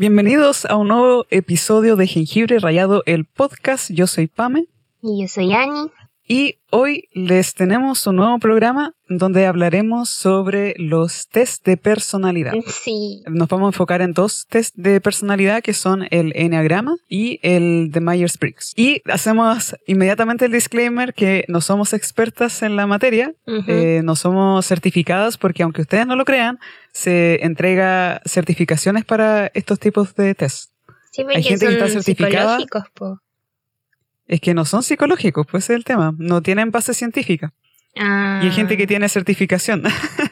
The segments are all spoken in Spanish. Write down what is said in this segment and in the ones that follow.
Bienvenidos a un nuevo episodio de Jengibre Rallado, el podcast. Yo soy Pame. Y yo soy Ani. Y hoy les tenemos un nuevo programa donde hablaremos sobre los test de personalidad. Sí. Nos vamos a enfocar en dos test de personalidad que son el Enneagrama y el de Myers-Briggs. Y hacemos inmediatamente el disclaimer que no somos expertas en la materia, no somos certificadas porque aunque ustedes no lo crean, se entrega certificaciones para estos tipos de test. Sí, porque hay gente que está son certificada. psicológicos, po. Es que no son psicológicos, pues ese es el tema. No tienen base científica. Ah. Y hay gente que tiene certificación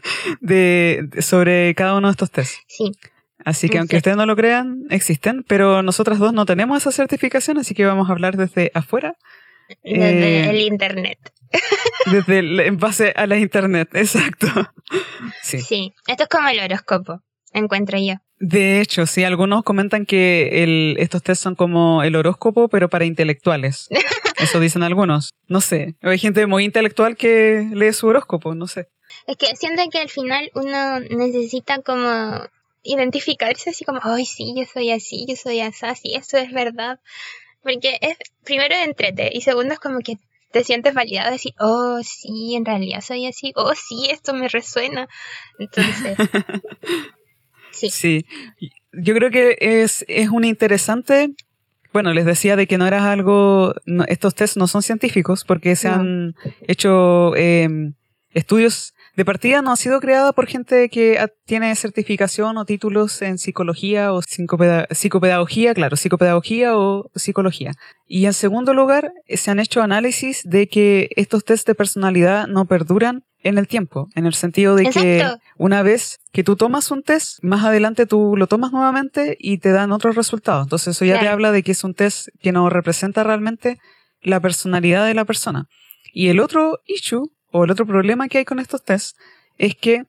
sobre cada uno de estos tests. Sí. Así que aunque ustedes no lo crean, existen, pero nosotras dos no tenemos esa certificación, así que vamos a hablar desde afuera. Desde el internet. En base a la internet, exacto. Sí, esto es como el horóscopo, encuentro yo. De hecho, sí, algunos comentan que estos tests son como el horóscopo, pero para intelectuales. Eso dicen algunos. No sé, hay gente muy intelectual que lee su horóscopo, no sé. Es que siento que al final uno necesita como identificarse así como, ay, sí, yo soy así, yo soy así, eso es verdad. Porque es, primero, entrete, y segundo, es como que te sientes validado, decir, oh, sí, en realidad soy así, oh, sí, esto me resuena. Entonces... Sí, yo creo que es un interesante. Bueno, les decía de que no era algo. No, estos tests no son científicos porque se han hecho estudios. De partida no ha sido creada por gente que tiene certificación o títulos en psicología o psicopedagogía, claro, psicopedagogía o psicología. Y en segundo lugar, se han hecho análisis de que estos tests de personalidad no perduran en el tiempo, en el sentido de que una vez que tú tomas un test, más adelante tú lo tomas nuevamente y te dan otros resultados. Entonces eso ya te habla de que es un test que no representa realmente la personalidad de la persona. Y el otro issue, o el otro problema que hay con estos tests, es que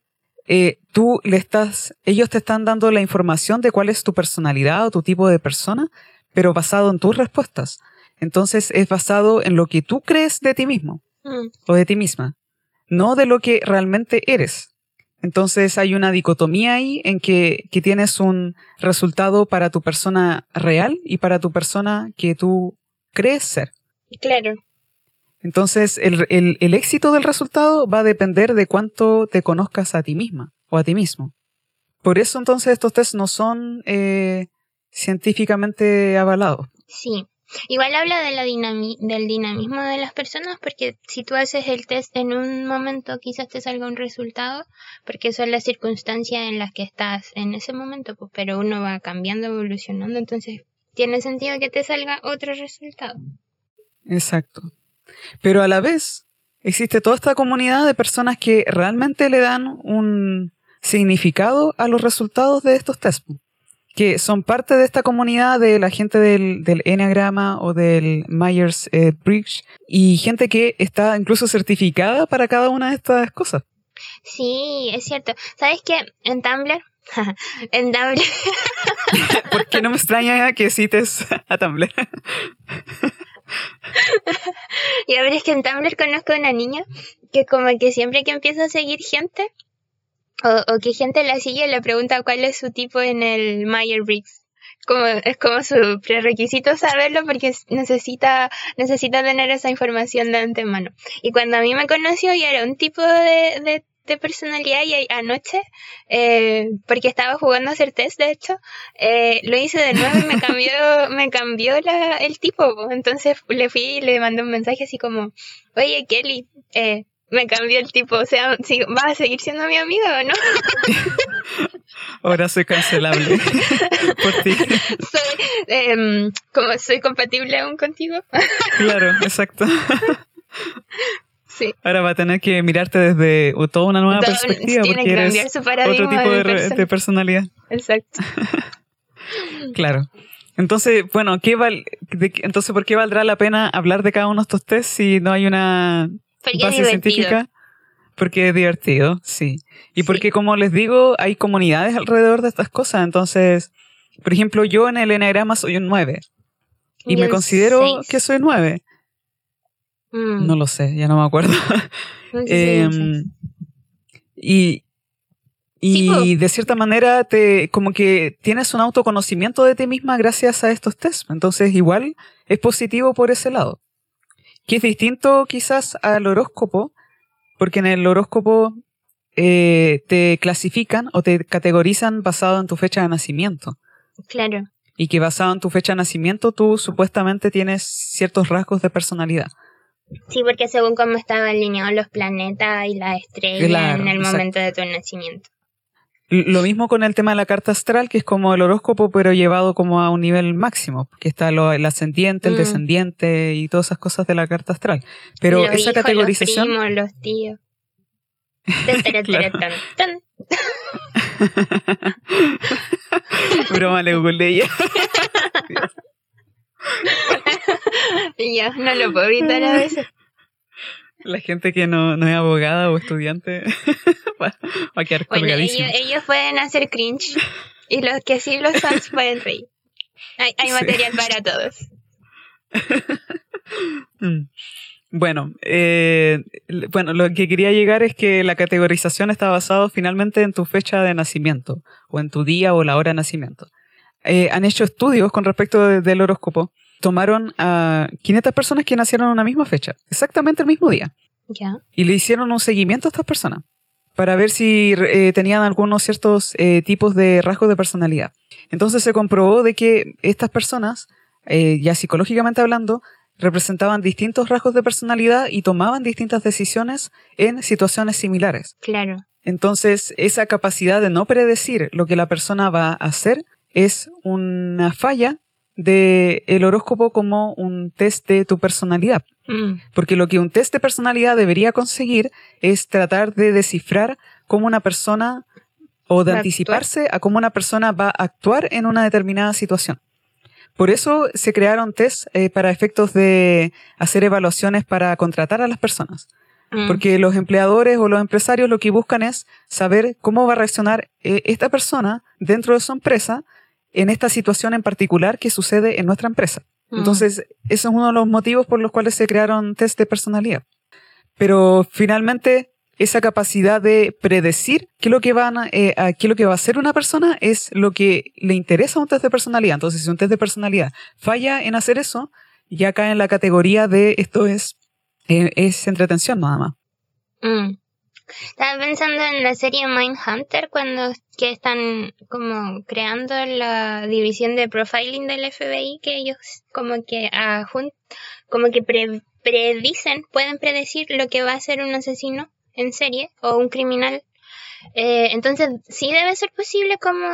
ellos te están dando la información de cuál es tu personalidad o tu tipo de persona, pero basado en tus respuestas. Entonces es basado en lo que tú crees de ti mismo o de ti misma, no de lo que realmente eres. Entonces hay una dicotomía ahí en que tienes un resultado para tu persona real y para tu persona que tú crees ser. Claro. Entonces el éxito del resultado va a depender de cuánto te conozcas a ti misma o a ti mismo. Por eso entonces estos tests no son científicamente avalados. Sí. Igual habla de del dinamismo de las personas, porque si tú haces el test en un momento quizás te salga un resultado, porque son las circunstancias en las que estás en ese momento, pues, pero uno va cambiando, evolucionando, entonces tiene sentido que te salga otro resultado. Exacto. Pero a la vez existe toda esta comunidad de personas que realmente le dan un significado a los resultados de estos tests, que son parte de esta comunidad de la gente del Enneagrama o del Myers-Briggs y gente que está incluso certificada para cada una de estas cosas. Sí, es cierto. ¿Sabes qué? En Tumblr... en Tumblr... ¿Por qué no me extraña que cites a Tumblr? Y a ver, es que en Tumblr conozco a una niña que como que siempre que empieza a seguir gente o que gente la sigue le pregunta cuál es su tipo en el Myers-Briggs. Es como su prerequisito saberlo porque necesita tener esa información de antemano. Y cuando a mí me conoció y era un tipo de personalidad, y anoche, porque estaba jugando a hacer test, de hecho, lo hice de nuevo y me cambió el tipo. Entonces le fui y le mandé un mensaje así como, oye Kelly, me cambió el tipo, o sea, ¿vas a seguir siendo mi amiga o no? Ahora soy cancelable por ti. ¿Soy compatible aún contigo? Claro, exacto. Sí. Ahora va a tener que mirarte desde toda una nueva perspectiva porque eres otro tipo de personalidad. Exacto. Claro. Entonces, bueno, entonces, ¿por qué valdrá la pena hablar de cada uno de estos test si no hay una base científica? Porque es divertido, sí. Y porque, como les digo, hay comunidades alrededor de estas cosas. Entonces, por ejemplo, yo en el Enneagrama soy un 9. Y me considero que soy 9. No lo sé, ya no me acuerdo. Y Y de cierta manera como que tienes un autoconocimiento de ti misma gracias a estos tests. Entonces igual es positivo por ese lado. Que es distinto quizás al horóscopo, porque en el horóscopo te clasifican o te categorizan basado en tu fecha de nacimiento. Claro. Y que basado en tu fecha de nacimiento tú supuestamente tienes ciertos rasgos de personalidad. Sí, porque según cómo estaban alineados los planetas y las estrellas Claro, en el exacto. momento de tu nacimiento. Lo mismo con el tema de la carta astral, que es como el horóscopo, pero llevado como a un nivel máximo, que está el ascendiente, el descendiente y todas esas cosas de la carta astral. Pero los esa hijos, categorización... los primos, los tíos. Claro. Broma, le googleé ya. Ya, no lo puedo evitar a veces. La gente que no es abogada o estudiante va a quedar colgadísimo. Ellos pueden hacer cringe y los que sí lo son pueden reír. Hay material para todos. Bueno, lo que quería llegar es que la categorización está basada finalmente en tu fecha de nacimiento o en tu día o la hora de nacimiento. Han hecho estudios con respecto del horóscopo. Tomaron a 500 personas que nacieron en una misma fecha, exactamente el mismo día. Ya. Y le hicieron un seguimiento a estas personas para ver si tenían algunos ciertos tipos de rasgos de personalidad. Entonces se comprobó de que estas personas, ya psicológicamente hablando, representaban distintos rasgos de personalidad y tomaban distintas decisiones en situaciones similares. Claro. Entonces, esa capacidad de no predecir lo que la persona va a hacer es una falla del horóscopo como un test de tu personalidad. Porque lo que un test de personalidad debería conseguir es tratar de descifrar cómo una persona o de anticiparse a cómo una persona va a actuar en una determinada situación. Por eso se crearon tests para efectos de hacer evaluaciones para contratar a las personas. Porque los empleadores o los empresarios lo que buscan es saber cómo va a reaccionar esta persona dentro de su empresa en esta situación en particular que sucede en nuestra empresa. Entonces, ese es uno de los motivos por los cuales se crearon test de personalidad. Pero finalmente, esa capacidad de predecir qué es lo que qué es lo que va a hacer una persona es lo que le interesa a un test de personalidad. Entonces, si un test de personalidad falla en hacer eso, ya cae en la categoría de esto es entretención nada más. Estaba pensando en la serie Mindhunter que están como creando la división de profiling del FBI, que ellos como que pueden predecir lo que va a hacer un asesino en serie o un criminal. Entonces sí debe ser posible como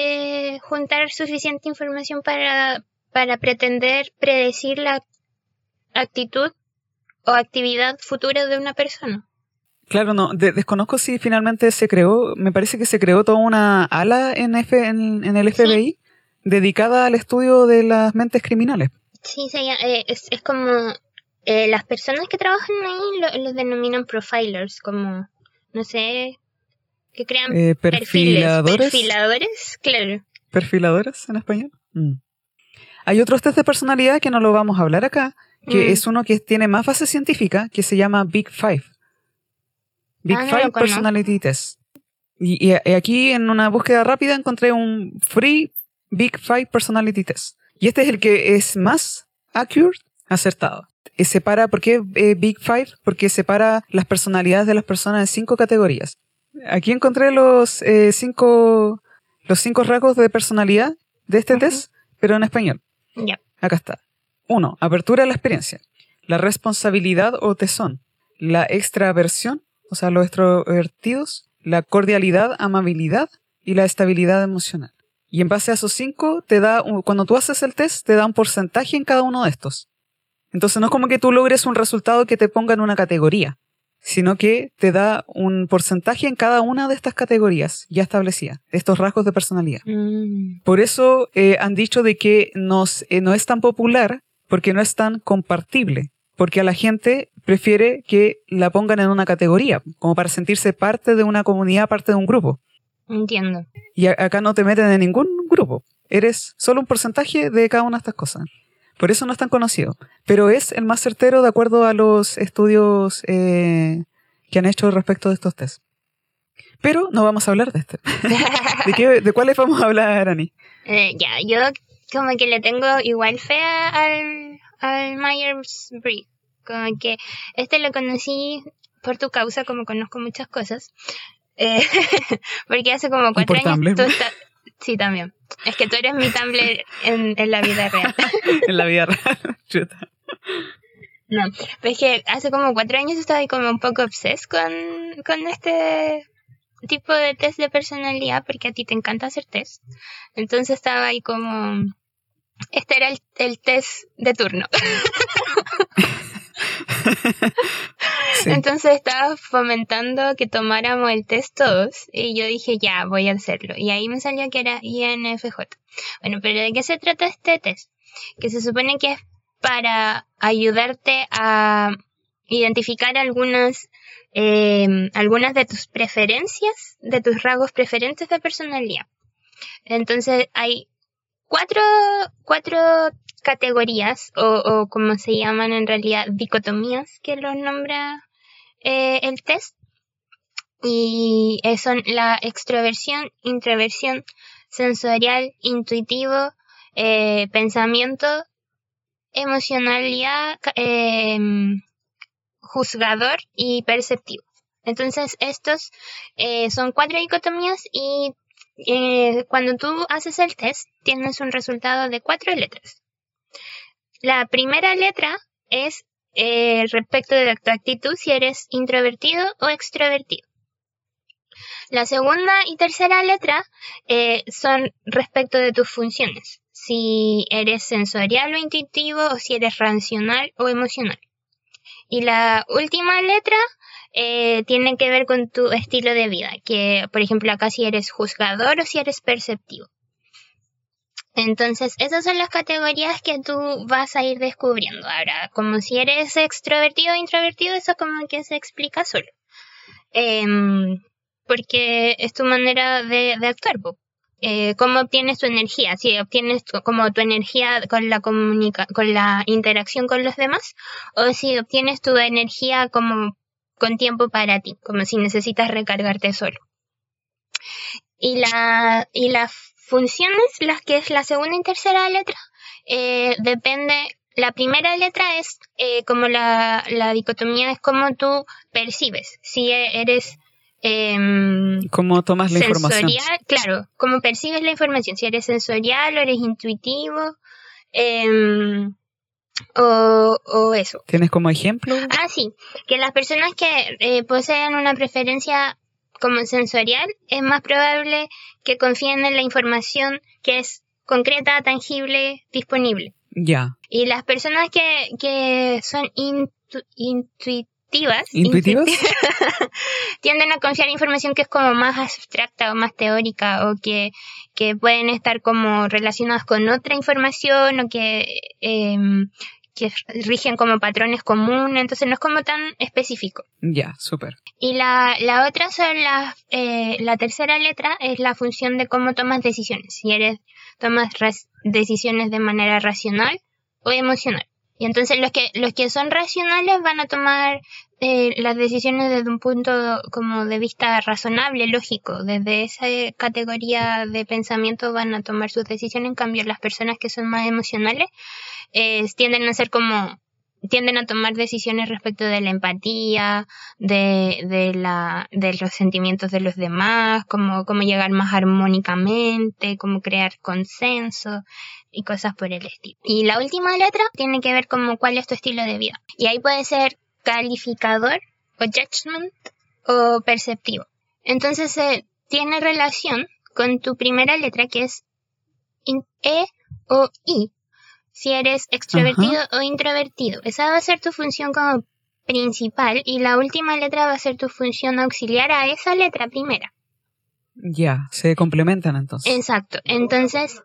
juntar suficiente información para pretender predecir la actitud o actividad futura de una persona. Claro, no, desconozco si finalmente se creó, me parece que se creó toda una ala en el FBI dedicada al estudio de las mentes criminales. Sí, es como las personas que trabajan ahí los denominan profilers, como, no sé, que crean perfiladores. Perfiladores, claro. ¿Perfiladores en español? Hay otros test de personalidad que no lo vamos a hablar acá, que es uno que tiene más base científica, que se llama Big Five. Big Five Personality Test. Y aquí en una búsqueda rápida encontré un free Big Five Personality Test. Y este es el que es más accurate, acertado. ¿Por qué Big Five? Porque separa las personalidades de las personas en 5 categorías. Aquí encontré los 5 rasgos de personalidad de este test, pero en español. Acá está. 1. Apertura a la experiencia. La responsabilidad o tesón. La extraversión, o sea, los extrovertidos. La cordialidad, amabilidad y la estabilidad emocional. Y en base a esos 5, cuando tú haces el test, te da un porcentaje en cada uno de estos. Entonces no es como que tú logres un resultado que te ponga en una categoría, sino que te da un porcentaje en cada una de estas categorías ya establecidas, de estos rasgos de personalidad. Por eso han dicho de que no es tan popular, porque no es tan compartible, porque a la gente prefiere que la pongan en una categoría, como para sentirse parte de una comunidad, parte de un grupo. Entiendo. Y acá no te meten en ningún grupo, eres solo un porcentaje de cada una de estas cosas. Por eso no es tan conocido, pero es el más certero de acuerdo a los estudios que han hecho respecto de estos tests. Pero no vamos a hablar de este. ¿De cuáles vamos a hablar, Ani? Yo como que le tengo igual fe al Myers-Briggs. Como que lo conocí por tu causa, como conozco muchas cosas. Porque hace como 4 años Tumblr. tú estás... Sí, también. Es que tú eres mi Tumblr en la vida real. En la vida real. Chuta. No, pero es que hace como 4 años estaba ahí como un poco obses con este tipo de test de personalidad, porque a ti te encanta hacer test. Entonces estaba ahí como... Este era el test de turno. Sí. Entonces estaba fomentando que tomáramos el test todos y yo dije ya, voy a hacerlo. Y ahí me salió que era INFJ. Bueno, pero ¿de qué se trata este test? Que se supone que es para ayudarte a identificar algunas de tus preferencias, de tus rasgos preferentes de personalidad. Entonces hay cuatro categorías o como se llaman en realidad dicotomías que los nombra el test, y son la extroversión, introversión, sensorial, intuitivo, pensamiento, emocionalidad, juzgador y perceptivo. Entonces estos son 4 dicotomías y cuando tú haces el test tienes un resultado de 4 letras. La primera letra es respecto de tu actitud, si eres introvertido o extrovertido. La segunda y tercera letra son respecto de tus funciones, si eres sensorial o intuitivo o si eres racional o emocional. Y la última letra tiene que ver con tu estilo de vida, que por ejemplo acá si eres juzgador o si eres perceptivo. Entonces esas son las categorías que tú vas a ir descubriendo. Ahora, como si eres extrovertido o introvertido, eso como que se explica solo. Porque es tu manera de actuar. ¿Cómo obtienes tu energía? Si obtienes como tu energía con la interacción con los demás, o si obtienes tu energía como con tiempo para ti, como si necesitas recargarte solo. Y las funciones, las que es la segunda y tercera letra, depende. La primera letra es como la dicotomía es cómo tú percibes. Si eres ¿cómo tomas la información? Claro, cómo percibes la información. Si eres sensorial o eres intuitivo, o eso. ¿Tienes como ejemplo? Sí, que las personas que poseen una preferencia como sensorial, es más probable que confíen en la información que es concreta, tangible, disponible. Ya. Y las personas que son intuitivas tienden a confiar en información que es como más abstracta o más teórica, o que pueden estar como relacionadas con otra información, o que rigen como patrones comunes, entonces no es como tan específico. Ya, súper. Y la otra son la tercera letra es la función de cómo tomas decisiones, si tomas decisiones de manera racional o emocional. Y entonces los que son racionales van a tomar las decisiones desde un punto como de vista razonable, lógico. Desde esa categoría de pensamiento van a tomar sus decisiones. En cambio, las personas que son más emocionales tienden a tomar decisiones respecto de la empatía, de los sentimientos de los demás, cómo llegar más armónicamente, cómo crear consenso y cosas por el estilo. Y la última letra tiene que ver como cuál es tu estilo de vida. Y ahí puede ser calificador o judgment o perceptivo. Entonces tiene relación con tu primera letra, que es E o I. Si eres extrovertido o introvertido. Esa va a ser tu función como principal, y la última letra va a ser tu función auxiliar a esa letra primera. Ya, se complementan entonces. Exacto. Entonces,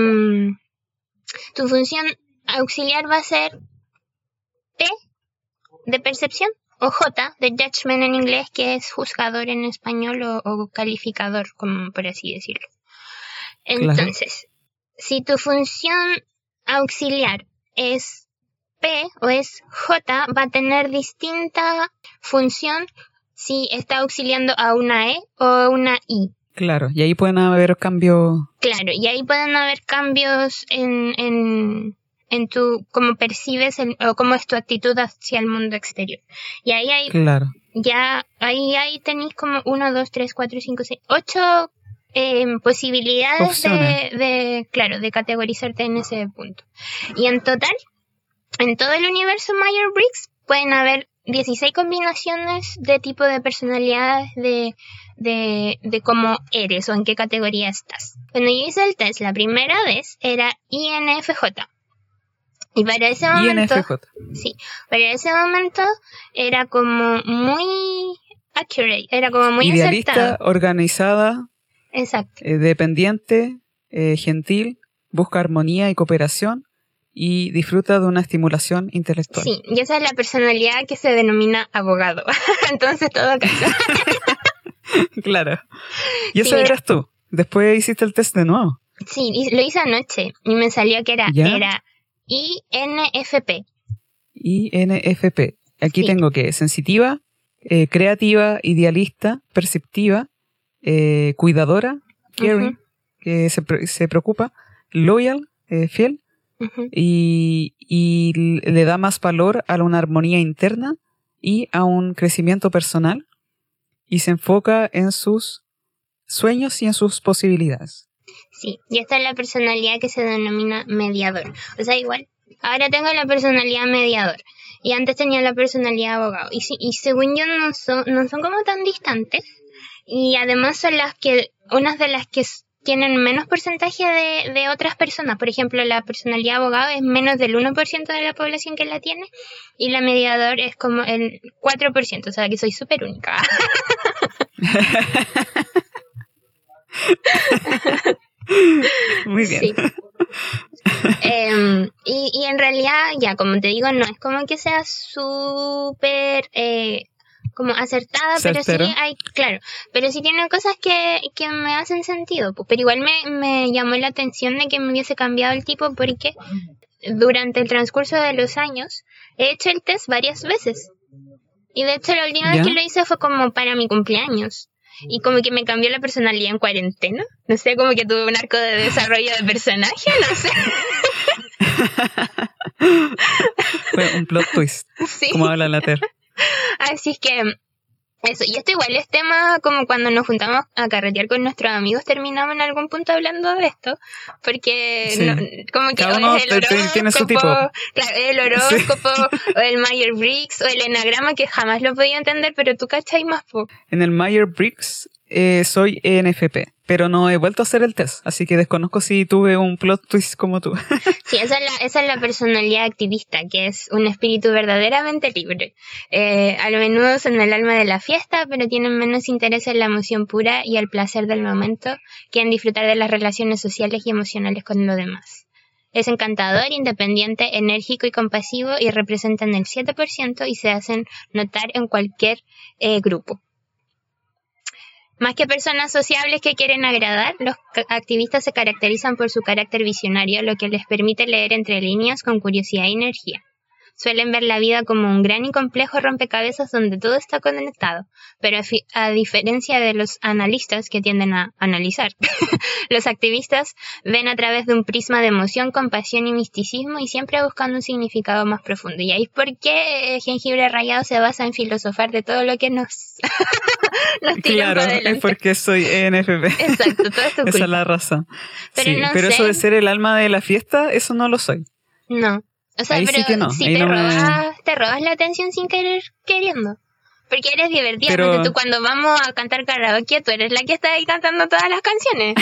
tu función auxiliar va a ser P de percepción o J de judgment en inglés, que es juzgador en español, o calificador, como por así decirlo. Entonces, si tu función auxiliar es P o es J, va a tener distinta función si está auxiliando a una E o una I. Claro, y ahí pueden haber cambios. Claro, y ahí pueden haber cambios en tu, cómo percibes o cómo es tu actitud hacia el mundo exterior. Y ahí hay, Claro. ya, ahí tenéis como 1, 2, 3, 4, 5, 6, 8 posibilidades de categorizarte en ese punto. Y en total, en todo el universo Myers-Briggs pueden haber 16 combinaciones de tipo de personalidades de cómo eres o en qué categoría estás. Cuando yo hice el test la primera vez era INFJ. Y para ese momento, sí, para ese momento era como muy accurate, era como muy idealista, acertado. Organizada, exacto, dependiente, gentil, busca armonía y cooperación y disfruta de una estimulación intelectual. Sí, y esa es la personalidad que se denomina abogado. Entonces todo caso. Claro. Y eso eras tú. Después hiciste el test de nuevo. Sí, lo hice anoche y me salió que era INFP. INFP. Aquí sí. tengo que sensitiva, creativa, idealista, perceptiva, cuidadora, caring, que se preocupa, loyal, fiel, y le da más valor a una armonía interna y a un crecimiento personal, y se enfoca en sus sueños y en sus posibilidades. Sí, y esta es la personalidad que se denomina mediador. O sea, igual, ahora tengo la personalidad mediador y antes tenía la personalidad abogado. Y según yo no son como tan distantes, y además son unas de las que tienen menos porcentaje de otras personas. Por ejemplo, la personalidad abogado es menos del 1% de la población que la tiene, y la mediador es como el 4%, o sea que soy súper única. Muy bien. Sí. Y en realidad, ya como te digo, no es como que sea súper como acertada, Certero. Pero sí hay, claro, pero sí tiene cosas que me hacen sentido, pues, pero igual me llamó la atención de que me hubiese cambiado el tipo, porque durante el transcurso de los años he hecho el test varias veces, y de hecho la última vez que lo hice fue como para mi cumpleaños. Y como que me cambió la personalidad en cuarentena. No sé, como que tuve un arco de desarrollo de personaje, no sé. Fue un plot twist, sí. Como habla la Ter. Así es que eso, y esto igual es tema como cuando nos juntamos a carretear con nuestros amigos, terminamos en algún punto hablando de esto, porque sí. como que cada uno tiene su tipo. Claro, el horóscopo, sí. O el Myers-Briggs, o el enagrama, que jamás lo podía entender, pero tú cachai más, po. En el Myers-Briggs soy ENFP, pero no he vuelto a hacer el test, así que desconozco si tuve un plot twist como tú. Sí, esa es la personalidad activista, que es un espíritu verdaderamente libre. A menudo son el alma de la fiesta, pero tienen menos interés en la emoción pura y el placer del momento que en disfrutar de las relaciones sociales y emocionales con los demás. Es encantador, independiente, enérgico y compasivo, y representan el 7% y se hacen notar en cualquier grupo. Más que personas sociables que quieren agradar, los activistas se caracterizan por su carácter visionario, lo que les permite leer entre líneas con curiosidad y energía. Suelen ver la vida como un gran y complejo rompecabezas donde todo está conectado, pero a diferencia de los analistas que tienden a analizar, los activistas ven a través de un prisma de emoción, compasión y misticismo, y siempre buscando un significado más profundo. Y ahí es por qué Jengibre Rallado se basa en filosofar de todo lo que nos tira claro, para adelante. Es porque soy ENFP. Exacto, todo es tu culpa. Esa es la razón. Pero, sí, no pero sé. Eso de ser el alma de la fiesta, eso no lo soy. No. O sea, ahí pero sí que no. si ahí te robas la atención sin queriendo. Porque eres divertida. Pero tú, cuando vamos a cantar karaoke, tú eres la que está ahí cantando todas las canciones.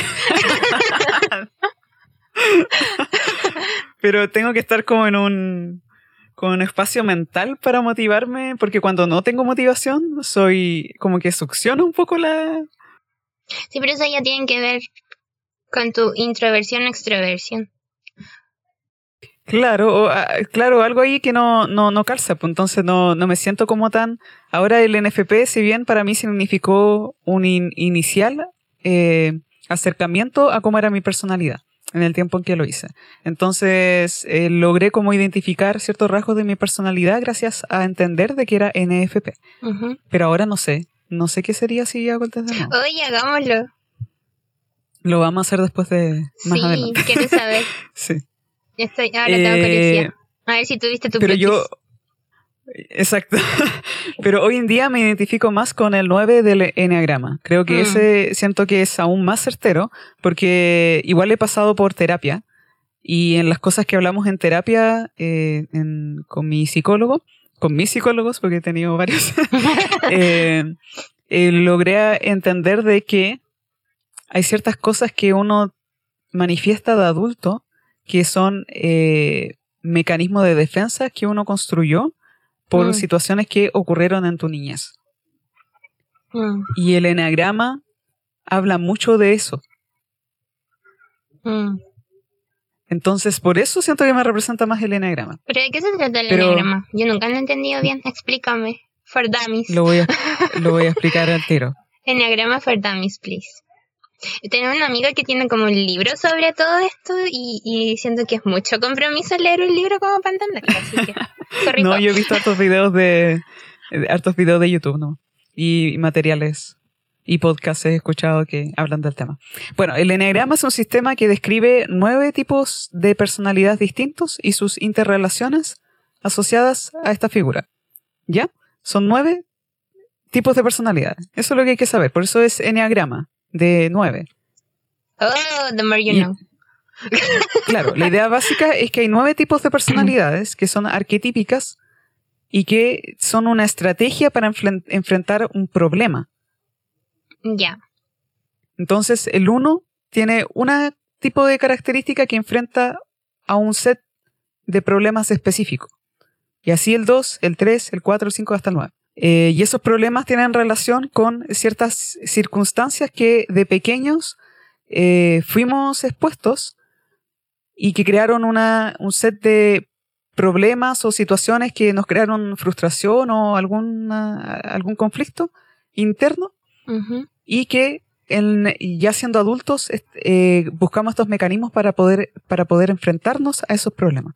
Pero tengo que estar como en un espacio mental para motivarme, porque cuando no tengo motivación, soy como que succiono un poco la... Sí, pero eso ya tiene que ver con tu introversión o extroversión. Claro, algo ahí que no calza, pues entonces no me siento como tan... Ahora el NFP, si bien para mí significó un inicial acercamiento a cómo era mi personalidad. en el tiempo en que lo hice. Entonces, logré como identificar ciertos rasgos de mi personalidad gracias a entender de que era NFP. Ujú. Pero ahora no sé. No sé qué sería si hago el test de nuevo. Oye, hagámoslo. Lo vamos a hacer después de más Sí, adelante. quiero saber. Sí. Ahora tengo curiosidad. A ver si tuviste tu Pero plot yo... twist. Exacto. Pero hoy en día me identifico más con el 9 del Eneagrama. Creo que ese siento que es aún más certero porque igual he pasado por terapia y en las cosas que hablamos en terapia con mi psicólogo, con mis psicólogos, porque he tenido varios, logré entender de que hay ciertas cosas que uno manifiesta de adulto que son mecanismos de defensa que uno construyó por situaciones que ocurrieron en tu niñez. Y el eneagrama habla mucho de eso. Entonces, por eso siento que me representa más el eneagrama. ¿Pero de qué se trata el eneagrama? Yo nunca lo he entendido bien. Explícame. For dummies. Lo voy a explicar al tiro. Eneagrama for dummies, please. Tengo una amiga que tiene como un libro sobre todo esto y siento que es mucho compromiso leer un libro como para entenderlo, así que sorry. No, yo he visto hartos videos de YouTube, ¿no? Y materiales y podcasts he escuchado que hablan del tema. Bueno, el eneagrama es un sistema que describe 9 tipos de personalidades distintos y sus interrelaciones asociadas a esta figura. ¿Ya? Son 9 tipos de personalidad. Eso es lo que hay que saber. Por eso es eneagrama de 9. Oh, the more you know. Claro, la idea básica es que hay 9 tipos de personalidades que son arquetípicas y que son una estrategia para enfrentar un problema. Ya. Entonces, el 1 tiene un tipo de característica que enfrenta a un set de problemas específicos. Y así el 2, el 3, el 4, el 5 hasta el 9. Y esos problemas tienen relación con ciertas circunstancias que de pequeños fuimos expuestos y que crearon un set de problemas o situaciones que nos crearon frustración o algún conflicto interno. Uh-huh. Y que ya siendo adultos buscamos estos mecanismos para poder enfrentarnos a esos problemas.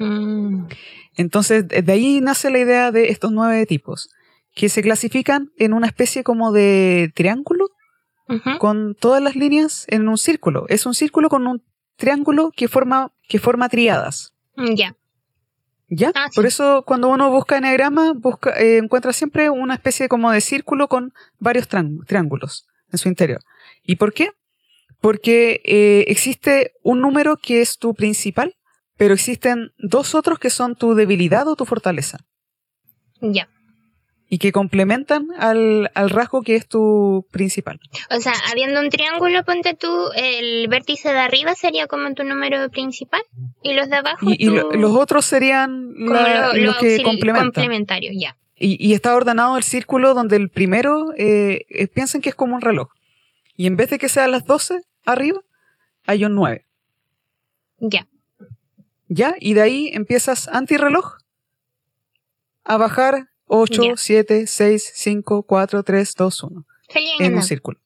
Entonces, de ahí nace la idea de estos 9 tipos, que se clasifican en una especie como de triángulo, uh-huh, con todas las líneas en un círculo. Es un círculo con un triángulo que forma triadas. Ya. ¿Ya? Sí. Por eso cuando uno busca eneagrama, encuentra siempre una especie como de círculo con varios triángulos en su interior. ¿Y por qué? Porque existe un número que es tu principal, pero existen 2 otros que son tu debilidad o tu fortaleza. Ya. Y que complementan al rasgo que es tu principal. O sea, habiendo un triángulo, ponte tú, el vértice de arriba sería como tu número principal y los de abajo y los otros serían los que complementan. Complementarios, ya. Y está ordenado el círculo donde el primero, piensen que es como un reloj. Y en vez de que sean las 12 arriba, hay un 9. Ya. ¿Ya? Y de ahí empiezas antirreloj a bajar 8, 7, 6, 5, 4, 3, 2, 1. En un círculo.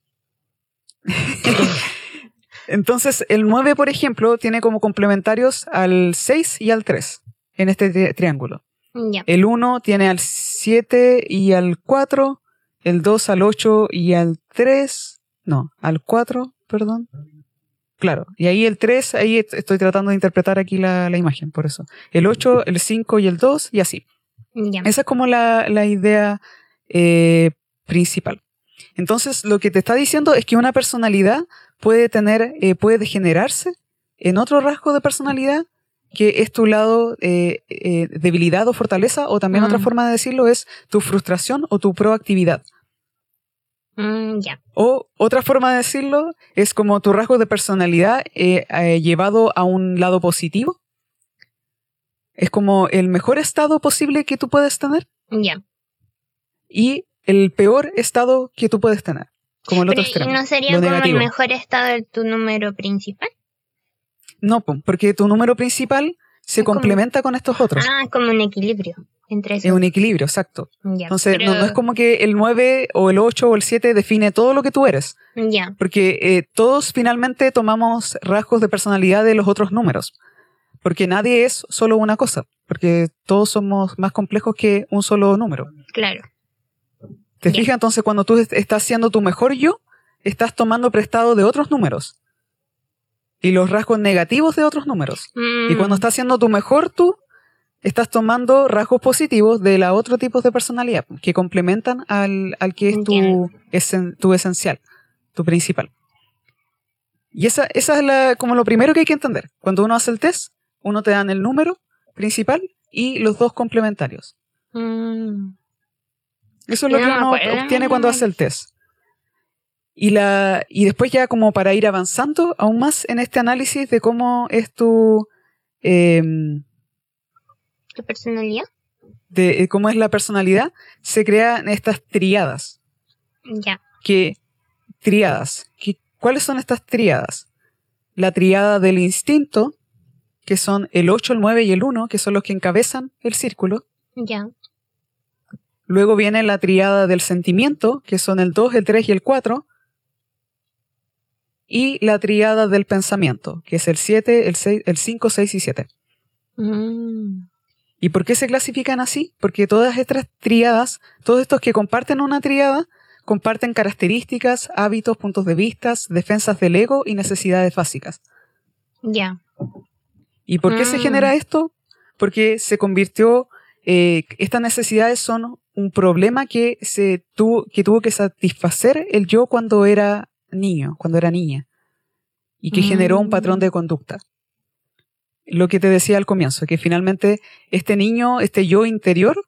Entonces, el 9, por ejemplo, tiene como complementarios al 6 y al 3 en este triángulo. Ya. El 1 tiene al 7 y al 4, el 2 al 8 y al 3, no, al 4, perdón. Claro, y ahí el 3, ahí estoy tratando de interpretar aquí la imagen, por eso. El 8, el 5 y el 2 y así. Ya. Esa es como la idea principal. Entonces, lo que te está diciendo es que una personalidad puede degenerarse en otro rasgo de personalidad que es tu lado debilidad o fortaleza, o también otra forma de decirlo es tu frustración o tu proactividad. Ya. O otra forma de decirlo es como tu rasgo de personalidad llevado a un lado positivo. Es como el mejor estado posible que tú puedes tener. Ya. Y el peor estado que tú puedes tener. Como el otro extremo. ¿Y no sería como negativo? El mejor estado de tu número principal? No, porque tu número principal se complementa con estos otros. Como un equilibrio. entre Es esos. un equilibrio, exacto. Ya, Entonces, pero- no es como que el 9 o el 8 o el 7 define todo lo que tú eres. Ya, Porque todos finalmente tomamos rasgos de personalidad de los otros números. Porque nadie es solo una cosa. Porque todos somos más complejos que un solo número. claro. ¿Te Ya. fijas? Entonces, cuando tú estás siendo tu mejor yo, estás tomando prestado de otros números. Y los rasgos negativos de otros números. Y cuando estás siendo tu mejor tú, estás tomando rasgos positivos de la otro tipo de personalidad que complementan al que es tu esencial, tu principal. Y esa es como lo primero que hay que entender. Cuando uno hace el test, uno te dan el número principal y los dos complementarios. Eso es lo Yo que no me uno acuerdo. obtiene cuando hace el test. Y después ya como para ir avanzando aún más en este análisis de cómo es tu... ¿Tu personalidad? de cómo es la personalidad, se crean estas tríadas. Ya. ¿Cuáles son estas tríadas? La tríada del instinto, que son el 8, el 9 y el 1, que son los que encabezan el círculo. Ya. Luego viene la tríada del sentimiento, que son el 2, el 3 y el 4. Y la tríada del pensamiento, que es el 7, el 6, el 5, 6 y 7. ¿Y por qué se clasifican así? Porque todas estas tríadas, todos estos que comparten una tríada, comparten características, hábitos, puntos de vista, defensas del ego y necesidades básicas. Ya. ¿Y por qué se genera esto? Porque se convirtió, estas necesidades son un problema que tuvo que satisfacer el yo cuando era niño, cuando era niña, y que generó un patrón de conducta. Lo que te decía al comienzo, que finalmente este niño, este yo interior,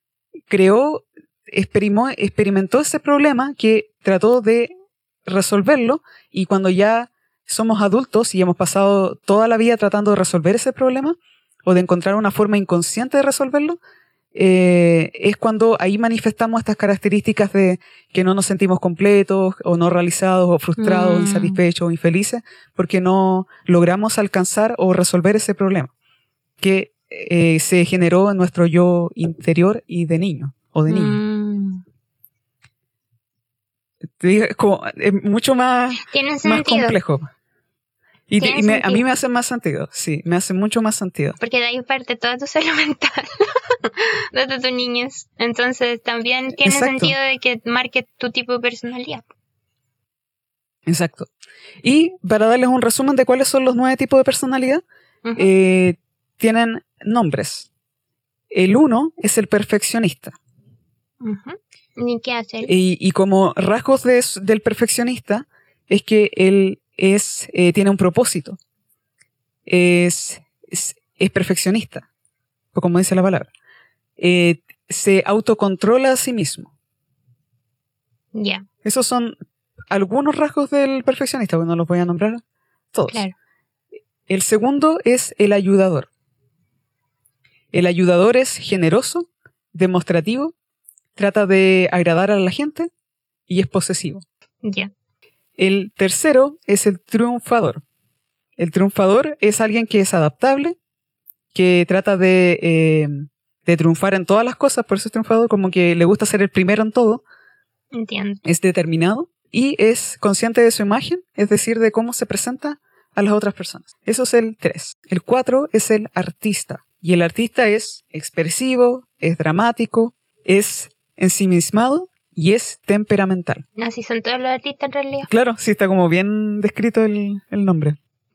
experimentó ese problema que trató de resolverlo, y cuando ya somos adultos y hemos pasado toda la vida tratando de resolver ese problema o de encontrar una forma inconsciente de resolverlo, es cuando ahí manifestamos estas características de que no nos sentimos completos o no realizados o frustrados, insatisfechos o infelices porque no logramos alcanzar o resolver ese problema que se generó en nuestro yo interior y de niño o de niña. Es mucho más, Tiene más sentido. complejo. Y Tiene a sentido. mí me hace más sentido, sí, me hace mucho más sentido. Porque de ahí parte toda tu salud mental desde tu niñez. Entonces también tiene Exacto. sentido de que marque tu tipo de personalidad. Exacto. Y para darles un resumen de cuáles son los 9 tipos de personalidad, tienen nombres. El 1 es el perfeccionista. ¿Y qué hace él? Y como rasgos del perfeccionista es que él tiene un propósito. Es perfeccionista, como dice la palabra. Se autocontrola a sí mismo. Ya. Esos son algunos rasgos del perfeccionista, bueno, los voy a nombrar todos. Claro. El segundo es el ayudador. El ayudador es generoso, demostrativo, trata de agradar a la gente y es posesivo. Ya. El tercero es el triunfador. El triunfador es alguien que es adaptable, que trata de triunfar en todas las cosas, por eso es triunfador, como que le gusta ser el primero en todo. Entiendo. Es determinado y es consciente de su imagen, es decir, de cómo se presenta a las otras personas. Eso es el 3. El 4 es el artista. Y el artista es expresivo, es dramático, es ensimismado y es temperamental. Así son todos los artistas en realidad. Claro, sí está como bien descrito el nombre.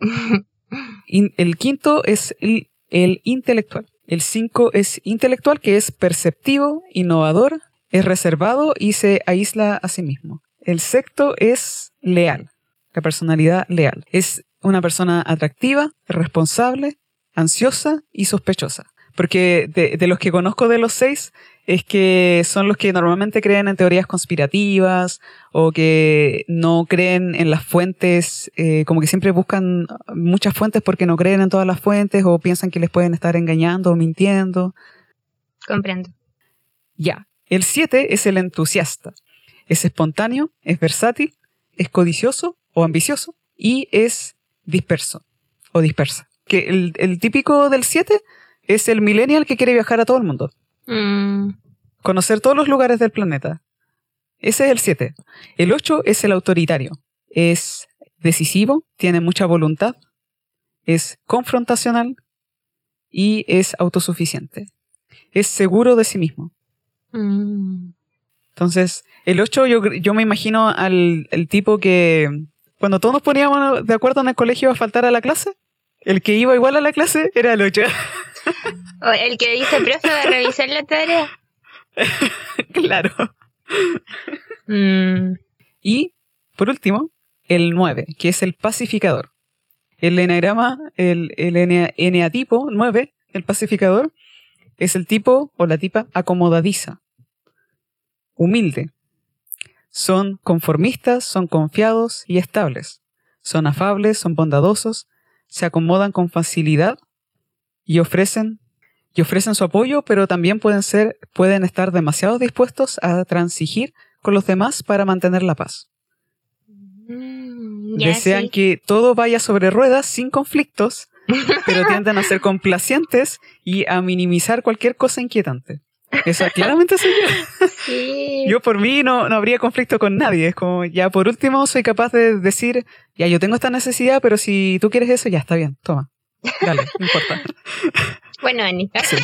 El quinto es el intelectual. El 5 es intelectual, que es perceptivo, innovador, es reservado y se aísla a sí mismo. El sexto es leal, la personalidad leal. Es una persona atractiva, responsable, ansiosa y sospechosa. Porque de los que conozco de los 6 es que son los que normalmente creen en teorías conspirativas o que no creen en las fuentes, como que siempre buscan muchas fuentes porque no creen en todas las fuentes o piensan que les pueden estar engañando o mintiendo. Comprendo. Ya. El 7 es el entusiasta. Es espontáneo, es versátil, es codicioso o ambicioso y es disperso o dispersa. Que el típico del 7 es el millennial que quiere viajar a todo el mundo. Conocer todos los lugares del planeta. Ese es el 7. El 8 es el autoritario. Es decisivo, tiene mucha voluntad, es confrontacional y es autosuficiente. Es seguro de sí mismo. Entonces, el 8 yo me imagino al tipo que cuando todos nos poníamos de acuerdo en el colegio a faltar a la clase, el que iba igual a la clase era el 8. O el que dice, profe, va a revisar la tarea. Claro. Y, por último, el 9, que es el pacificador. El eneagrama, el eneatipo 9, el pacificador, es el tipo o la tipa acomodadiza, humilde. Son conformistas, son confiados y estables. Son afables, son bondadosos, se acomodan con facilidad y ofrecen su apoyo, pero también pueden estar demasiado dispuestos a transigir con los demás para mantener la paz. Desean que todo vaya sobre ruedas sin conflictos, pero tienden a ser complacientes y a minimizar cualquier cosa inquietante. Eso claramente soy yo. Sí. Yo por mí no habría conflicto con nadie. Es como, ya por último soy capaz de decir, ya yo tengo esta necesidad, pero si tú quieres eso, ya está bien, toma. Dale, no importa. Bueno, Anita. Sí.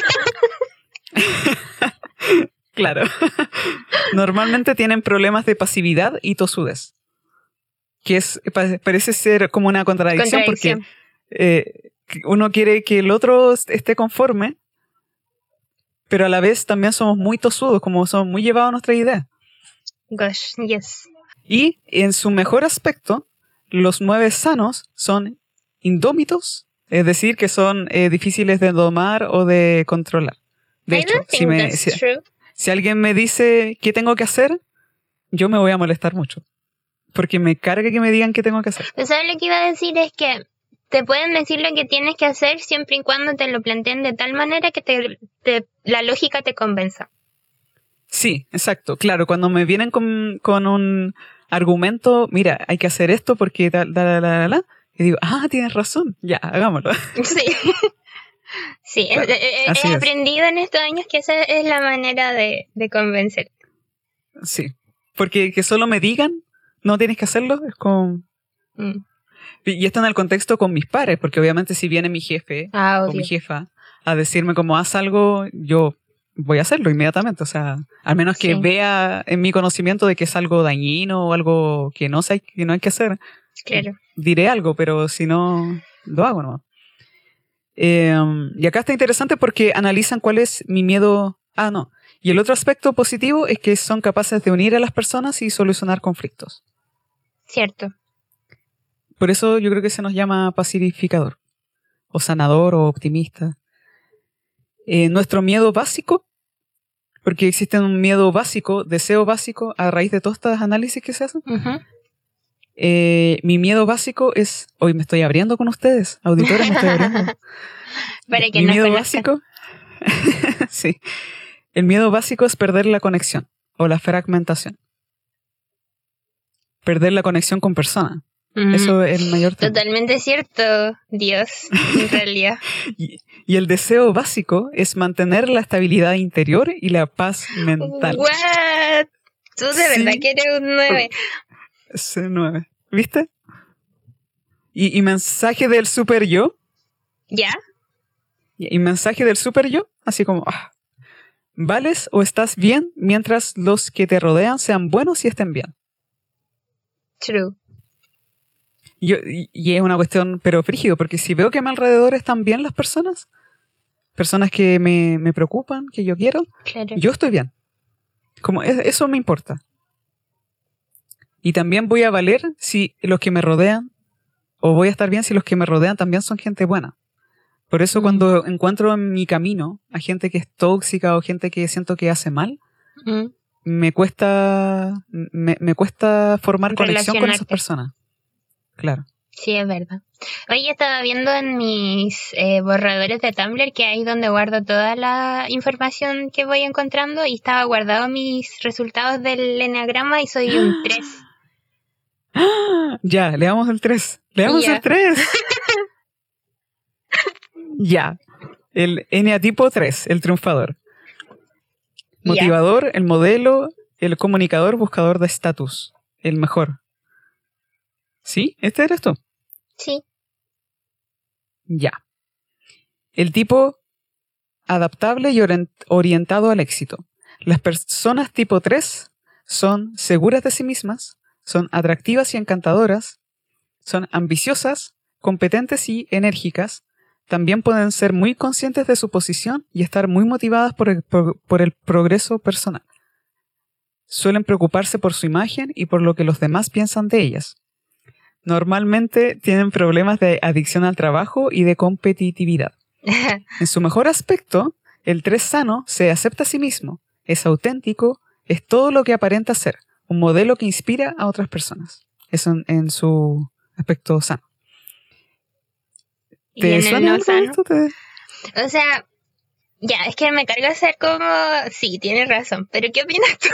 Claro. Normalmente tienen problemas de pasividad y tosudez. Que parece ser como una contradicción. Porque uno quiere que el otro esté conforme, pero a la vez también somos muy tosudos, como somos muy llevados a nuestra idea. Gosh, yes. Y en su mejor aspecto, los 9 sanos son indómitos, es decir, que son difíciles de domar o de controlar. De hecho, si alguien me dice qué tengo que hacer, yo me voy a molestar mucho. Porque me carga que me digan qué tengo que hacer. ¿Sabes lo que iba a decir? Es que te pueden decir lo que tienes que hacer siempre y cuando te lo planteen de tal manera que la lógica te convenza. Sí, exacto. Claro, cuando me vienen con un argumento, mira, hay que hacer esto porque y digo, tienes razón, ya, hagámoslo. Sí. Sí, claro, he aprendido en estos años que esa es la manera de convencer. Sí, porque que solo me digan, no tienes que hacerlo, es como... Y esto en el contexto con mis pares, porque obviamente si viene mi jefe o mi jefa a decirme como haz algo, yo voy a hacerlo inmediatamente. O sea, al menos que vea en mi conocimiento de que es algo dañino o algo que no hay que hacer. Claro. Diré algo, pero si no, lo hago nomás. Y acá está interesante porque analizan cuál es mi miedo. Y el otro aspecto positivo es que son capaces de unir a las personas y solucionar conflictos. Cierto. Por eso yo creo que se nos llama pacificador, o sanador, o optimista. Nuestro miedo básico, porque existe un miedo básico, deseo básico, a raíz de todos estos análisis que se hacen. Uh-huh. Mi miedo básico es... Hoy me estoy abriendo con ustedes, auditores, me estoy abriendo. Para que Mi nos miedo conozcan. básico... Sí. El miedo básico es perder la conexión, o la fragmentación. Perder la conexión con personas. Eso es el mayor tema. Totalmente cierto, Dios, en realidad. Y el deseo básico es mantener la estabilidad interior y la paz mental. ¿What? Tú de verdad que eres un 9. Es un 9. ¿Viste? Y mensaje del super yo. ¿Ya? Y mensaje del super yo, así como, ¿vales o estás bien mientras los que te rodean sean buenos y estén bien? True. Y es una cuestión, pero frígido, porque si veo que a mi alrededor están bien las personas que me preocupan, que yo quiero, claro. Yo estoy bien. Como eso me importa. Y también voy a valer si los que me rodean, o voy a estar bien si los que me rodean también son gente buena. Por eso cuando encuentro en mi camino a gente que es tóxica o gente que siento que hace mal, me cuesta formar conexión con esas personas. Claro. Sí, es verdad. Hoy estaba viendo en mis borradores de Tumblr, que ahí es donde guardo toda la información que voy encontrando, y estaba guardado mis resultados del eneagrama y soy un 3. Ya, leamos el 3. Leamos el 3. Ya. El eneatipo 3, el triunfador. Motivador, el modelo, el comunicador, buscador de estatus. El mejor. ¿Sí? ¿Este eres tú? Sí. Ya. El tipo adaptable y orientado al éxito. Las personas tipo 3 son seguras de sí mismas, son atractivas y encantadoras, son ambiciosas, competentes y enérgicas. También pueden ser muy conscientes de su posición y estar muy motivadas por el progreso personal. Suelen preocuparse por su imagen y por lo que los demás piensan de ellas. Normalmente tienen problemas de adicción al trabajo y de competitividad. En su mejor aspecto, el 3 sano se acepta a sí mismo, es auténtico, es todo lo que aparenta ser, un modelo que inspira a otras personas. Eso en su aspecto sano. ¿Te suena algo sano? O sea, ya, es que me carga ser como... Sí, tienes razón, pero ¿qué opinas tú?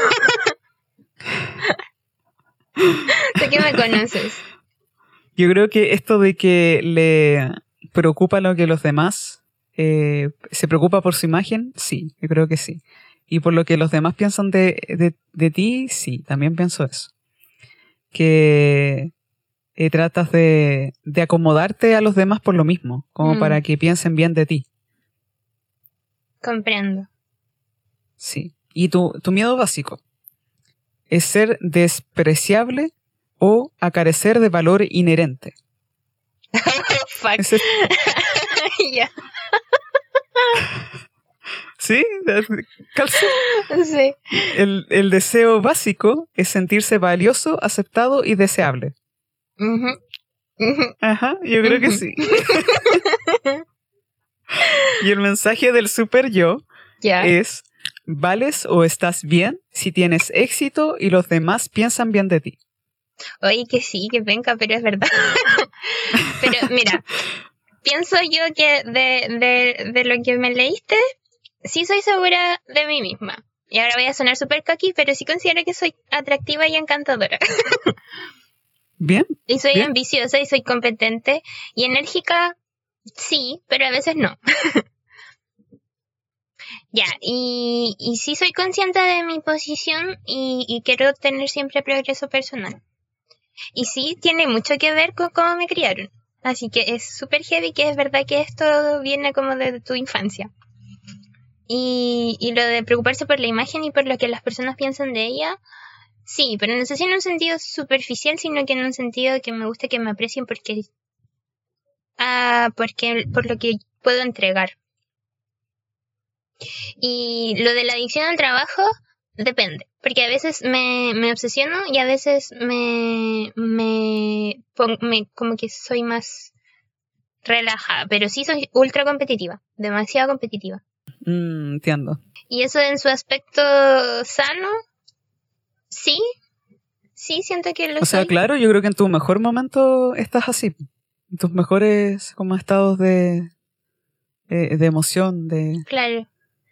Tú que me conoces. Yo creo que esto de que le preocupa lo que los demás... se preocupa por su imagen, sí, yo creo que sí. Y por lo que los demás piensan de ti, sí, también pienso eso. Que tratas de acomodarte a los demás por lo mismo, como para que piensen bien de ti. Comprendo. Sí. Y tu miedo básico es ser despreciable o a carecer de valor inherente. Fuck. Ya. ¿Sí? ¿Calza? Sí. El deseo básico es sentirse valioso, aceptado y deseable. Ajá, yo creo que sí. Y el mensaje del super yo es: vales o estás bien si tienes éxito y los demás piensan bien de ti. Oye, que sí, que venga, pero es verdad. Pero mira, pienso yo que de lo que me leíste, sí soy segura de mí misma. Y ahora voy a sonar súper cocky, pero sí considero que soy atractiva y encantadora. Bien. Y soy bien. ambiciosa y soy competente y enérgica, sí, pero a veces no. Ya, y sí soy consciente de mi posición y quiero tener siempre progreso personal. Y sí, tiene mucho que ver con cómo me criaron. Así que es súper heavy que es verdad que esto viene como de tu infancia. Y lo de preocuparse por la imagen y por lo que las personas piensan de ella, sí, pero no sé si en un sentido superficial, sino que en un sentido que me gusta que me aprecien por lo que puedo entregar. Y lo de la adicción al trabajo depende, porque a veces me obsesiono y a veces como que soy más relajada, pero sí soy ultra competitiva, demasiado competitiva. Entiendo. Y eso en su aspecto sano, sí siento que lo soy. O sea, claro, yo creo que en tu mejor momento estás así. En tus mejores como estados de emoción, de... Claro.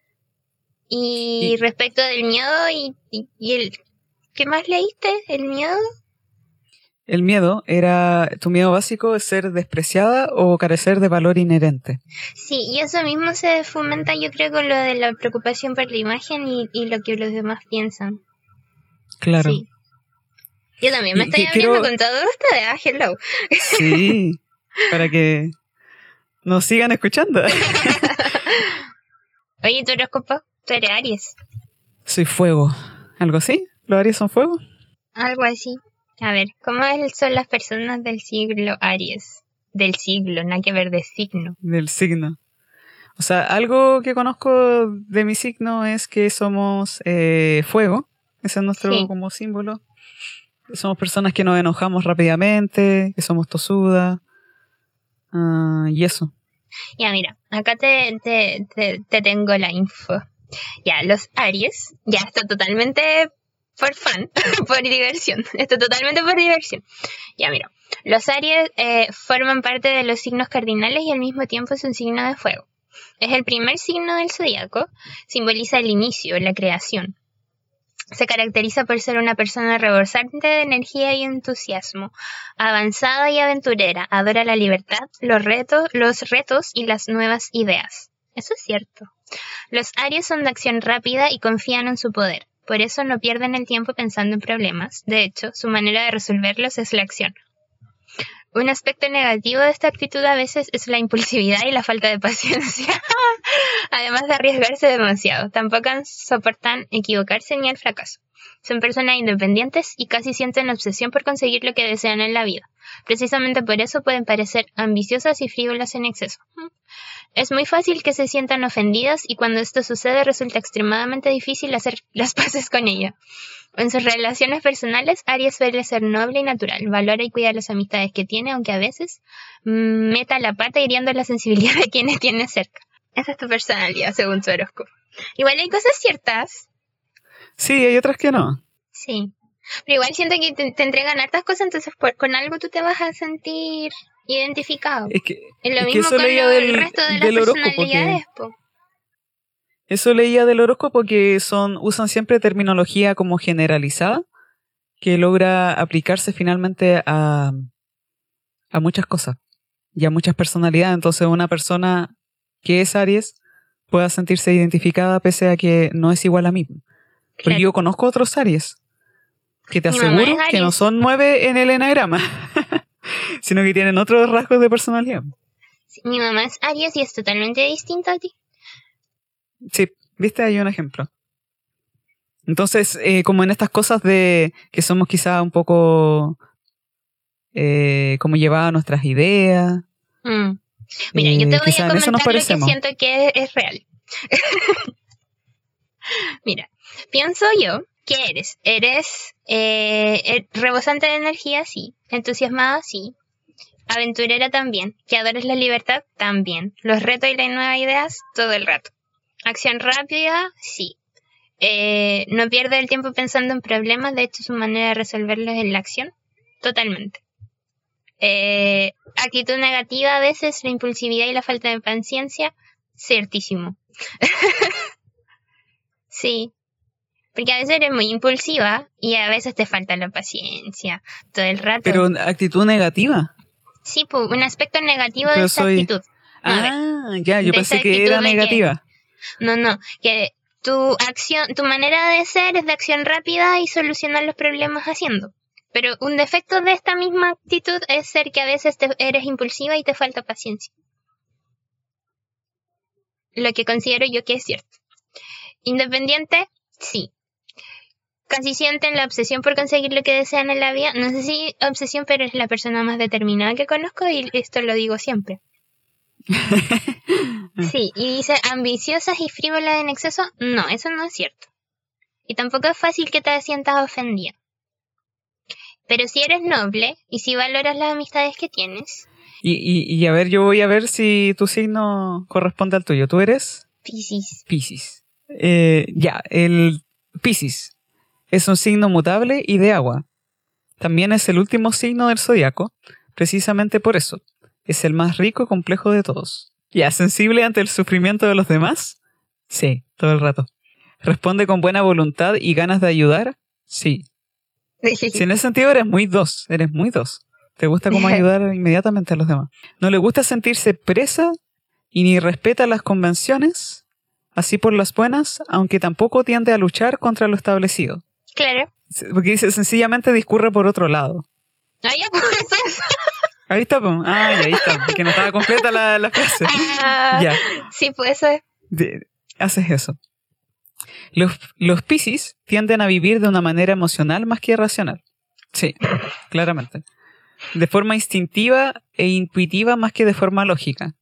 Y respecto del miedo y el... ¿Qué más leíste? ¿El miedo? El miedo era... Tu miedo básico es ser despreciada o carecer de valor inherente. Sí, y eso mismo se fomenta yo creo con lo de la preocupación por la imagen y lo que los demás piensan. Claro. Sí. Yo también me estoy abriendo con todo esto de hello. Sí, para que nos sigan escuchando. Oye, ¿tu horóscopo? ¿Tú eres Aries? Soy fuego. ¿Algo así? ¿Los Aries son fuego? Algo así. A ver, ¿cómo son las personas del siglo Aries? Del siglo, nada que ver de signo. Del signo. O sea, algo que conozco de mi signo es que somos fuego. Ese es nuestro como símbolo. Somos personas que nos enojamos rápidamente, que somos tosudas. Y eso. Ya, mira, acá te tengo la info. Ya, los Aries, ya está totalmente por fan, por diversión. Esto totalmente por diversión. Ya, mira, los Aries forman parte de los signos cardinales y al mismo tiempo es un signo de fuego. Es el primer signo del zodiaco, simboliza el inicio, la creación. Se caracteriza por ser una persona rebosante de energía y entusiasmo, avanzada y aventurera, adora la libertad, los retos y las nuevas ideas. Eso es cierto. Los Aries son de acción rápida y confían en su poder. Por eso no pierden el tiempo pensando en problemas. De hecho, su manera de resolverlos es la acción. Un aspecto negativo de esta actitud a veces es la impulsividad y la falta de paciencia. Además de arriesgarse demasiado. Tampoco soportan equivocarse ni el fracaso. Son personas independientes y casi sienten obsesión por conseguir lo que desean en la vida. Precisamente por eso pueden parecer ambiciosas y frívolas en exceso. Es muy fácil que se sientan ofendidas y cuando esto sucede resulta extremadamente difícil hacer las paces con ella. En sus relaciones personales, Aries suele ser noble y natural. Valora y cuida las amistades que tiene, aunque a veces meta la pata hiriendo la sensibilidad de quienes tiene cerca. Esa es tu personalidad, según tu horóscopo. Igual hay cosas ciertas. Sí, hay otras que no. Sí. Pero igual siento que te entregan hartas cosas, entonces con algo tú te vas a sentir identificado. Es que lo mismo eso con leía el resto de las personalidades, po. Eso leía del horóscopo que usan siempre terminología como generalizada, que logra aplicarse finalmente a muchas cosas y a muchas personalidades. Entonces una persona que es Aries pueda sentirse identificada pese a que no es igual a mí. Porque Claro. yo conozco otros Aries que te Mi mamá aseguro es que no Aries. son 9 en el enagrama, sino que tienen otros rasgos de personalidad. Sí, mi mamá es Aries y es totalmente distinta a ti. Sí, viste, hay un ejemplo. Entonces, como en estas cosas de que somos quizá un poco como llevadas a nuestras ideas. Mira, yo te voy quizá a en eso nos comentar lo que parecemos. siento que es real. Mira, pienso yo que eres rebosante de energía, sí, entusiasmada, sí, aventurera también, que adoras la libertad también, los retos y las nuevas ideas todo el rato, acción rápida, sí, no pierde el tiempo pensando en problemas, de hecho su manera de resolverlos es la acción, totalmente. Actitud negativa a veces, la impulsividad y la falta de paciencia, ciertísimo. Sí, porque a veces eres muy impulsiva y a veces te falta la paciencia todo el rato. Pero actitud negativa. Sí, pues, un aspecto negativo Pero de esa actitud. A ver, ya, yo de pensé esa que actitud era de que- negativa. no, que tu manera de ser es de acción rápida y solucionar los problemas haciendo. Pero un defecto de esta misma actitud es ser que a veces eres impulsiva y te falta paciencia. Lo que considero yo que es cierto. Independiente, sí. Casi sienten la obsesión por conseguir lo que desean en la vida. No sé si obsesión, pero es la persona más determinada que conozco y esto lo digo siempre. Sí, y dice ambiciosas y frívolas en exceso. No, eso no es cierto. Y tampoco es fácil que te sientas ofendida. Pero si eres noble y si valoras las amistades que tienes. Y a ver, yo voy a ver si tu signo corresponde al tuyo. ¿Tú eres? Piscis. El Piscis es un signo mutable y de agua. También es el último signo del zodiaco, precisamente por eso. Es el más rico y complejo de todos. ¿Sensible ante el sufrimiento de los demás? Sí, todo el rato. ¿Responde con buena voluntad y ganas de ayudar? Sí. Si en ese sentido eres muy dos. Te gusta como ayudar inmediatamente a los demás. No le gusta sentirse presa y ni respeta las convenciones, así por las buenas, aunque tampoco tiende a luchar contra lo establecido. Claro. Porque dice, sencillamente discurre por otro lado. Ah, ya, pues eso. Ahí está, pues. Ahí está. Que no estaba completa la frase. Ya. Sí, pues eso es. Haces eso. Los Piscis tienden a vivir de una manera emocional más que racional. Sí, claramente. De forma instintiva e intuitiva más que de forma lógica.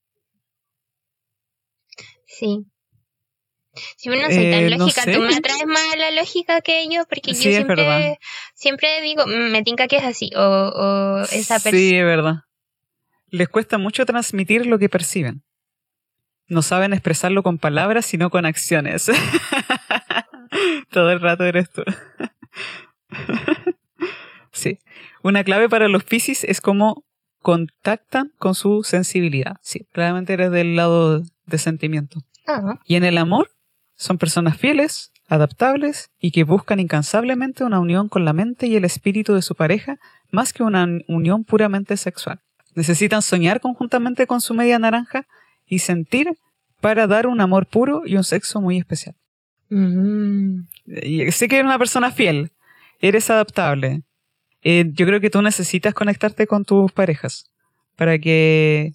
Sí. Si yo no soy tan no lógica, sé. tú me atraes más a la lógica que yo, porque Sí, yo es verdad. siempre digo, me tinca que es así, o esa persona. Sí, es verdad. Les cuesta mucho transmitir lo que perciben. No saben expresarlo con palabras, sino con acciones. Todo el rato eres tú. Sí. Una clave para los Piscis es cómo contactan con su sensibilidad. Sí, claramente eres del lado de sentimiento. Ah, Y en el amor, son personas fieles, adaptables y que buscan incansablemente una unión con la mente y el espíritu de su pareja más que una unión puramente sexual. Necesitan soñar conjuntamente con su media naranja y sentir para dar un amor puro y un sexo muy especial. Y sé que eres una persona fiel, eres adaptable. Yo creo que tú necesitas conectarte con tus parejas para que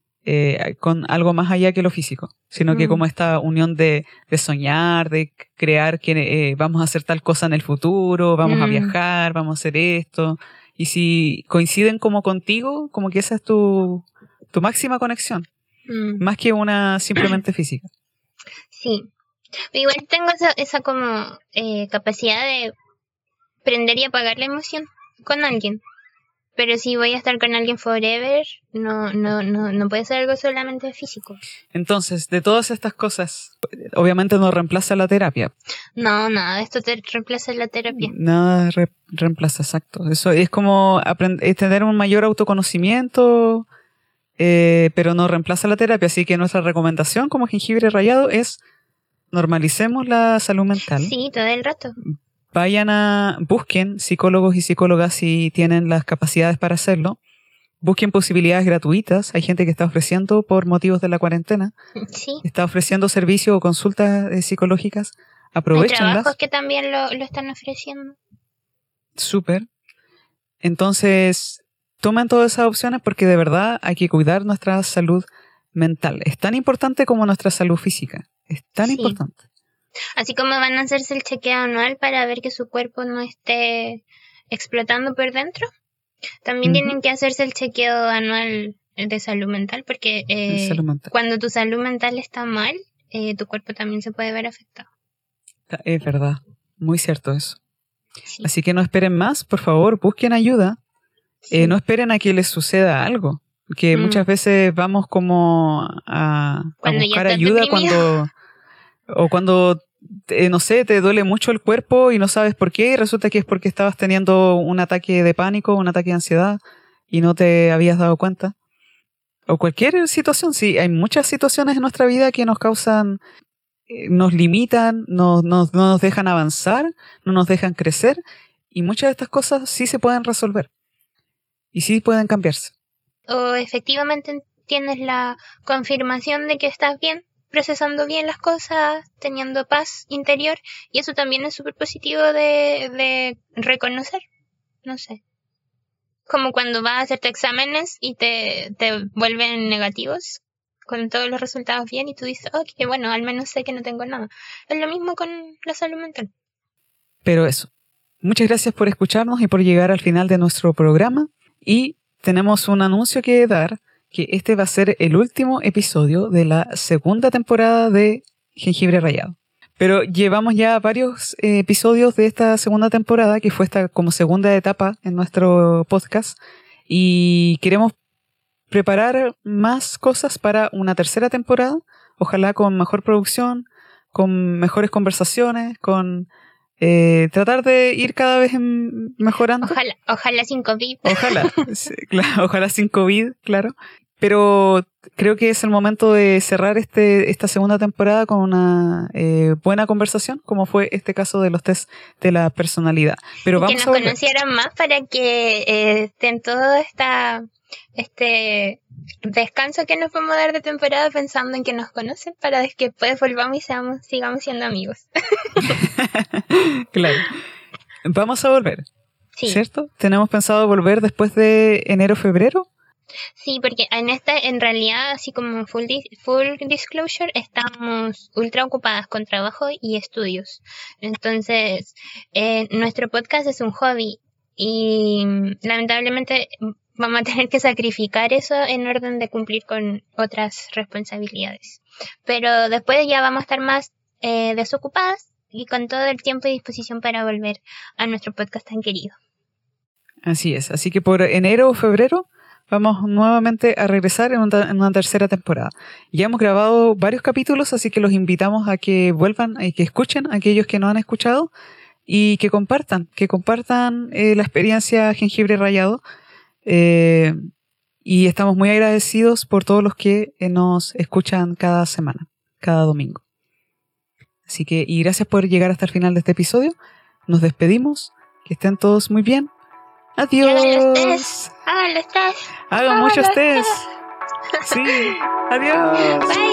con algo más allá que lo físico, sino que como esta unión de soñar, de crear que vamos a hacer tal cosa en el futuro, vamos a viajar, vamos a hacer esto, y si coinciden como contigo, como que esa es tu máxima conexión, más que una simplemente física. Sí, igual tengo esa como capacidad de prender y apagar la emoción con alguien. Pero si voy a estar con alguien forever, no puede ser algo solamente físico. Entonces, de todas estas cosas, obviamente no reemplaza la terapia. No, nada de esto te reemplaza la terapia. Nada reemplaza, exacto. Eso es como tener un mayor autoconocimiento, pero no reemplaza la terapia. Así que nuestra recomendación como Jengibre Rallado es normalicemos la salud mental. Sí, todo el rato. Busquen psicólogos y psicólogas si tienen las capacidades para hacerlo. Busquen posibilidades gratuitas. Hay gente que está ofreciendo por motivos de la cuarentena. Sí. Está ofreciendo servicios o consultas psicológicas. Aprovéchenlas. Hay trabajos que también lo están ofreciendo. Súper. Entonces, tomen todas esas opciones porque de verdad hay que cuidar nuestra salud mental. Es tan importante como nuestra salud física. Es tan importante. Así como van a hacerse el chequeo anual para ver que su cuerpo no esté explotando por dentro, también tienen que hacerse el chequeo anual de salud mental, porque cuando tu salud mental está mal, tu cuerpo también se puede ver afectado. Es verdad, muy cierto eso. Sí. Así que no esperen más, por favor, busquen ayuda. Sí. No esperen a que les suceda algo, que muchas veces vamos como a buscar ayuda cuando no sé, te duele mucho el cuerpo y no sabes por qué, y resulta que es porque estabas teniendo un ataque de pánico, un ataque de ansiedad y no te habías dado cuenta. O cualquier situación, sí, hay muchas situaciones en nuestra vida que nos causan, nos limitan, no nos dejan avanzar, no nos dejan crecer, y muchas de estas cosas sí se pueden resolver y sí pueden cambiarse. O efectivamente tienes la confirmación de que estás bien, procesando bien las cosas, teniendo paz interior, y eso también es súper positivo de reconocer, no sé. Como cuando vas a hacerte exámenes y te vuelven negativos, con todos los resultados bien, y tú dices, oh, que bueno, al menos sé que no tengo nada. Es lo mismo con la salud mental. Pero eso, muchas gracias por escucharnos y por llegar al final de nuestro programa, y tenemos un anuncio que dar, que este va a ser el último episodio de la segunda temporada de Jengibre Rallado. Pero llevamos ya varios episodios de esta segunda temporada, que fue esta como segunda etapa en nuestro podcast, y queremos preparar más cosas para una tercera temporada, ojalá con mejor producción, con mejores conversaciones, con tratar de ir cada vez mejorando. Ojalá sin COVID. Ojalá, sí, claro, ojalá sin COVID, claro. Pero creo que es el momento de cerrar esta segunda temporada con una buena conversación, como fue este caso de los test de la personalidad. Pero vamos que nos conocieran más para que estén todo este descanso que nos podemos dar de temporada pensando en que nos conocen, para que después volvamos y sigamos siendo amigos. Claro. Vamos a volver, sí. ¿Cierto? Tenemos pensado volver después de enero-febrero. Sí, porque en realidad, así como full disclosure, estamos ultra ocupadas con trabajo y estudios. Entonces, nuestro podcast es un hobby y lamentablemente vamos a tener que sacrificar eso en orden de cumplir con otras responsabilidades. Pero después ya vamos a estar más desocupadas y con todo el tiempo y disposición para volver a nuestro podcast tan querido. Así es, así que por enero o febrero vamos nuevamente a regresar en una tercera temporada. Ya hemos grabado varios capítulos, así que los invitamos a que vuelvan y que escuchen a aquellos que no han escuchado y que compartan la experiencia Jengibre Rallado. Y estamos muy agradecidos por todos los que nos escuchan cada semana, cada domingo. Así que, y gracias por llegar hasta el final de este episodio. Nos despedimos. Que estén todos muy bien. Adiós. Hagan los test. Hagan muchos test. Sí. Adiós. Bye.